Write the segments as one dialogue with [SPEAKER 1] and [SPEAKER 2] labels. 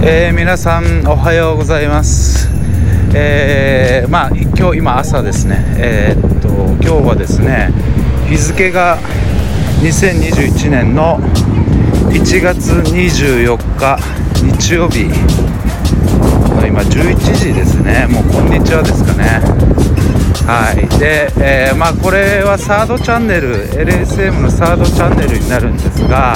[SPEAKER 1] 皆さんおはようございます。今朝ですね。今日はですね、日付が2021年の1月24日日曜日、今11時ですね。もうこんにちはですかね。はい。で、これはサードチャンネル LSM のサードチャンネルになるんですが、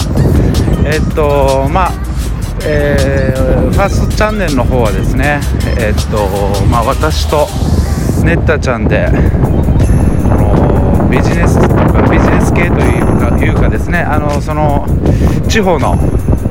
[SPEAKER 1] ファーストチャンネルの方はですね、私とネッタちゃんで、ビジネス系というかですね、その地方の、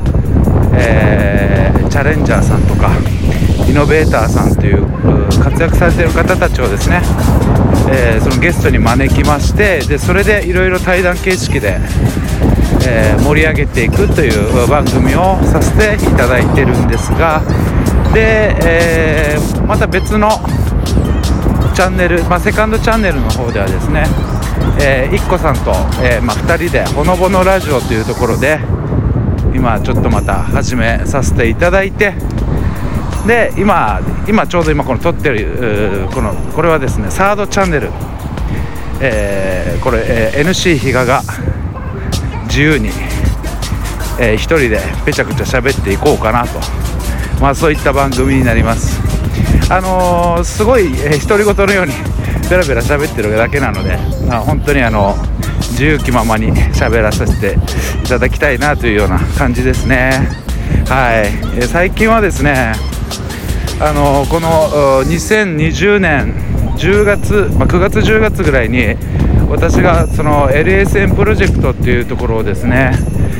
[SPEAKER 1] チャレンジャーさんとかイノベーターさんという活躍されている方たちをですね、そのゲストに招きまして、でそれでいろいろ対談形式で盛り上げていくという番組をさせていただいてるんですが、で、また別のチャンネル、セカンドチャンネルの方ではですね、いっこさんと、2人でほのぼのラジオというところで今ちょっとまた始めさせていただいて、で今ちょうどこの撮ってるこれはですね、サードチャンネル、NC 比嘉が自由に、一人でぺちゃくちゃ喋っていこうかなと、そういった番組になります。すごい、独り言のようにベラベラ喋ってるだけなので、本当に自由気ままに喋らさせていただきたいなというような感じですね。はい。最近はですね、この2020年10月、9月10月ぐらいに私がその LSM プロジェクトっていうところをですね、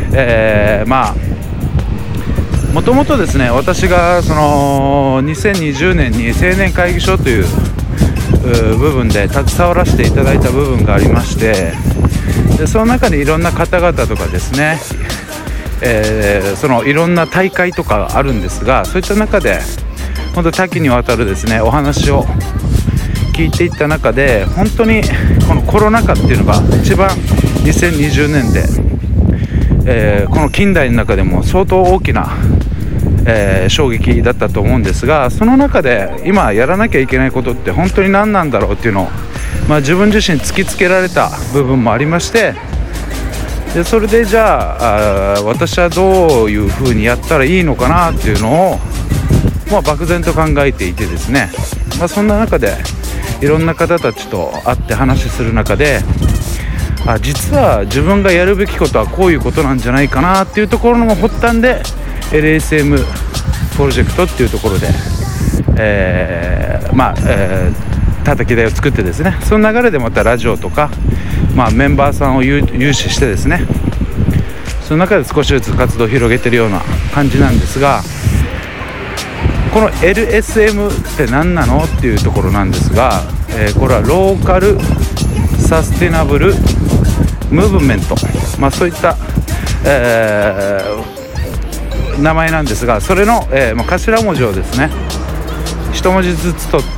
[SPEAKER 1] もともとですね、私がその2020年に青年会議所という部分で携わらせていただいた部分がありまして、でその中にいろんな方々とかですね、そのいろんな大会とかあるんですが、そういった中で本当多岐にわたるですねお話を聞いていった中で、本当にこのコロナ禍っていうのが一番2020年で、この近代の中でも相当大きな、衝撃だったと思うんですが、その中で今やらなきゃいけないことって本当に何なんだろうっていうのを、自分自身突きつけられた部分もありまして、でそれでじゃあ私はどういうふうにやったらいいのかなっていうのを、漠然と考えていてですね、そんな中でいろんな方たちと会って話する中で、実は自分がやるべきことはこういうことなんじゃないかなっていうところの発端で LSM プロジェクトっていうところで、叩き台を作ってですね、その流れでまたラジオとか、メンバーさんを有志してですね、その中で少しずつ活動を広げているような感じなんですが、この LSM って何なのっていうところなんですが、これはローカルサステナブルムーブメント、そういった、名前なんですが、それの、頭文字をですね一文字ずつ取って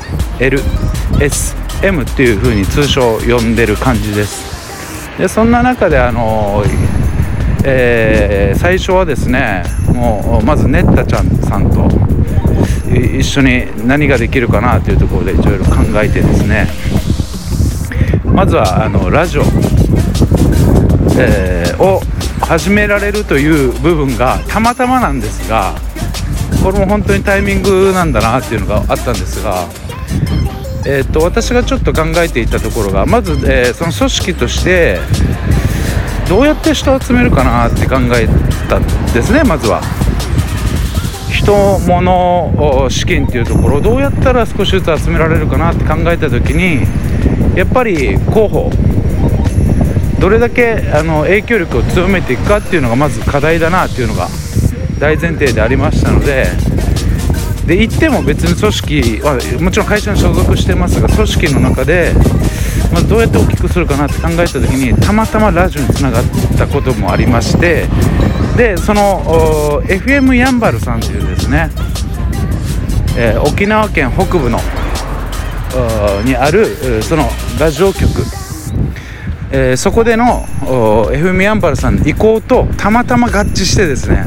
[SPEAKER 1] LSM っていう風に通称呼んでる感じです。でそんな中で最初はですね、もうまずネッタちゃんさんと一緒に何ができるかなというところでいろいろ考えてですね、まずはラジオ、を始められるという部分がたまたまなんですが、これも本当にタイミングなんだなっていうのがあったんですが、私がちょっと考えていたところが、まず、その組織としてどうやって人を集めるかなって考えたんですね。まずは人物資金っていうところをどうやったら少しずつ集められるかなって考えた時に、やっぱり広報、どれだけ影響力を強めていくかっていうのがまず課題だなっていうのが大前提でありましたので、言っても別に組織はもちろん会社に所属してますが、組織の中でどうやって大きくするかなって考えた時に、たまたまラジオにつながったこともありまして、でその FM やんばるさんというですね、沖縄県北部のにあるそのラジオ局、そこでの FM やんばるさんの意向とたまたま合致してですね、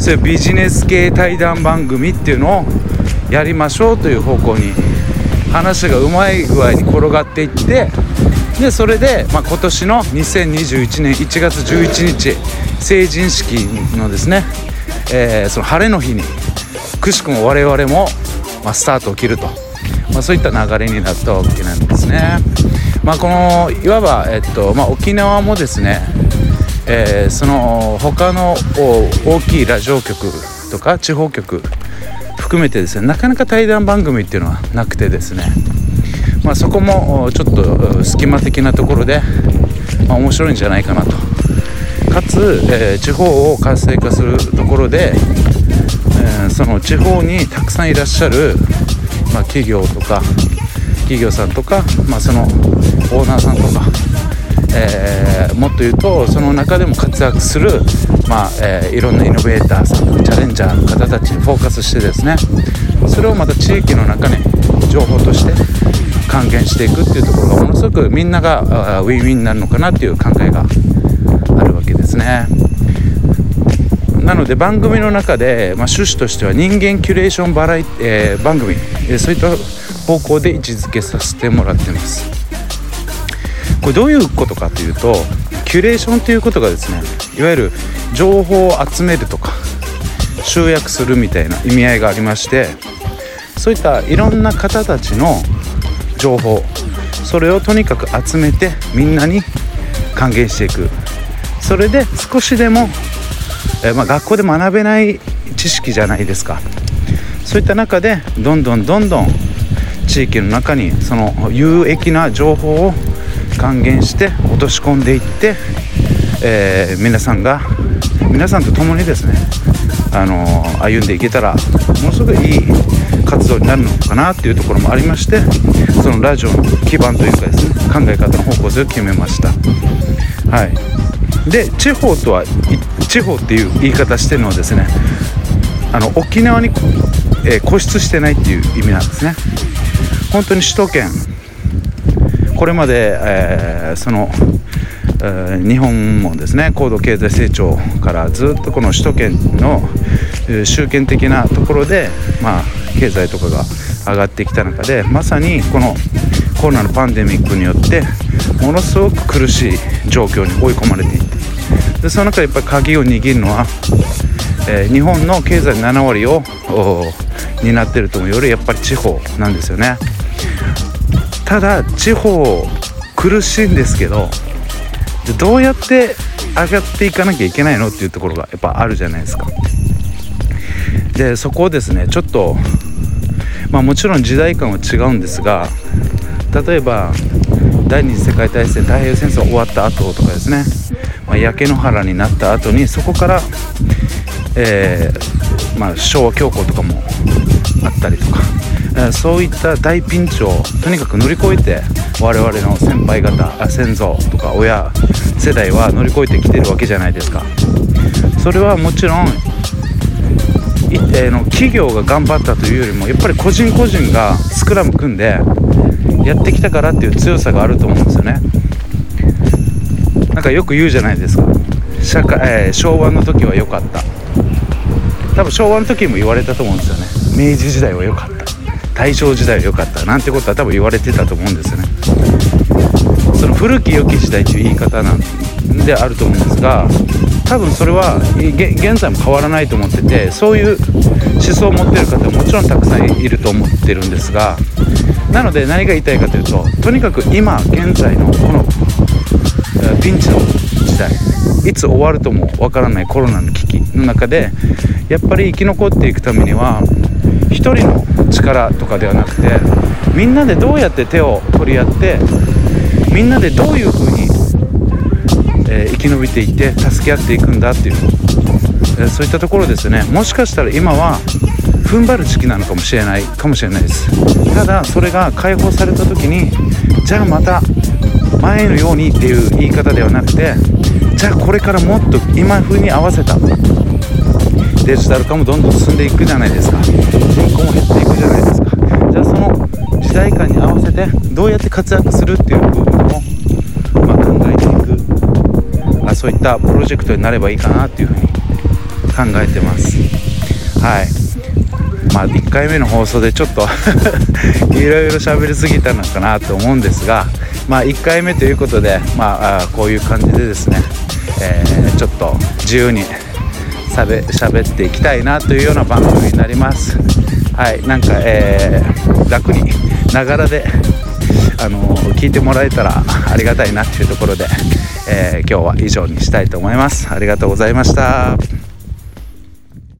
[SPEAKER 1] そういうビジネス系対談番組っていうのをやりましょうという方向に話がうまい具合に転がっていって、でそれで、今年の2021年1月11日成人式のですね、その晴れの日にくしくも我々も、スタートを切ると、そういった流れになったわけなんですね。このいわば、沖縄もですね、その他の大きいラジオ局とか地方局含めてですね、なかなか対談番組っていうのはなくてですね、そこもちょっと隙間的なところで、面白いんじゃないかなと。かつ、地方を活性化するところで、その地方にたくさんいらっしゃる、企業とか企業さんとか、そのオーナーさんとか、もっと言うとその中でも活躍する、いろんなイノベーターさん、チャレンジャーの方たちにフォーカスしてですね、それをまた地域の中に情報として還元していくっていうところがものすごくみんながウィンウィンになるのかなっていう考えがあるわけですね。なので番組の中で、趣旨としては人間キュレーション番組、そういった方向で位置づけさせてもらってます。これどういうことかというと、キュレーションということがですね、いわゆる情報を集めるとか集約するみたいな意味合いがありまして、そういったいろんな方たちの情報、それをとにかく集めてみんなに還元していく。それで少しでも、学校で学べない知識じゃないですか。そういった中でどんどん地域の中にその有益な情報を還元して落とし込んでいって、皆さんと共にですね、歩んでいけたらものすごくいい活動になるのかなっていうところもありまして、そのラジオの基盤というかですね、考え方の方向性を決めました。はい。で、地方っていう言い方してるのはですね、沖縄に、固執してないっていう意味なんですね。本当に首都圏、これまで、日本もですね、高度経済成長からずっとこの首都圏の集権的なところで、経済とかが上がってきた中で、まさにこのコロナのパンデミックによってものすごく苦しい状況に追い込まれていって、でその中でやっぱり鍵を握るのは、日本の経済7割を担っているともよりやっぱり地方なんですよね。ただ地方苦しいんですけど、どうやって上がっていかなきゃいけないのっていうところがやっぱあるじゃないですか。でそこをですね、ちょっともちろん時代感は違うんですが、例えば第二次世界大戦、太平洋戦争終わった後とかですね、焼け野原になった後にそこから、昭和恐慌とかもあったりとか、そういった大ピンチをとにかく乗り越えて我々の先輩方、先祖とか親世代は乗り越えてきてるわけじゃないですか。それはもちろん企業が頑張ったというよりも、やっぱり個人個人がスクラム組んでやってきたからっていう強さがあると思うんですよね。なんかよく言うじゃないですか、昭和の時は良かった、多分昭和の時も言われたと思うんですよね。明治時代は良かった、大正時代は良かったなんてことは多分言われてたと思うんですよね。その古き良き時代という言い方なんであると思うんですが、多分それは現在も変わらないと思ってて、そういう思想を持っている方はもちろんたくさんいると思ってるんですが、なので何が言いたいかというと、とにかく今現在のこのピンチの時代、いつ終わるともわからないコロナの危機の中で、やっぱり生き残っていくためには一人の力とかではなくて、みんなでどうやって手を取り合って、みんなでどういうふうに、生き延びていって助け合っていくんだっていう、そういったところですね。もしかしたら今は踏ん張る時期なのかもしれないです。ただそれが解放された時に、じゃあまた前のようにっていう言い方ではなくて、じゃあこれからもっと今風に合わせたデジタル化もどんどん進んでいくじゃないですか。人口も減っていくじゃないですか。じゃあその時代感に合わせてどうやって活躍するっていう部分を、考えていく、そういったプロジェクトになればいいかなっていうふうに考えてます。はい。1回目の放送でちょっといろいろ喋りすぎたのかなと思うんですが、1回目ということで、こういう感じでですね、ちょっと自由に喋っていきたいなというような番組になります。はい。楽にながらで聞いてもらえたらありがたいなというところで、今日は以上にしたいと思います。ありがとうございました。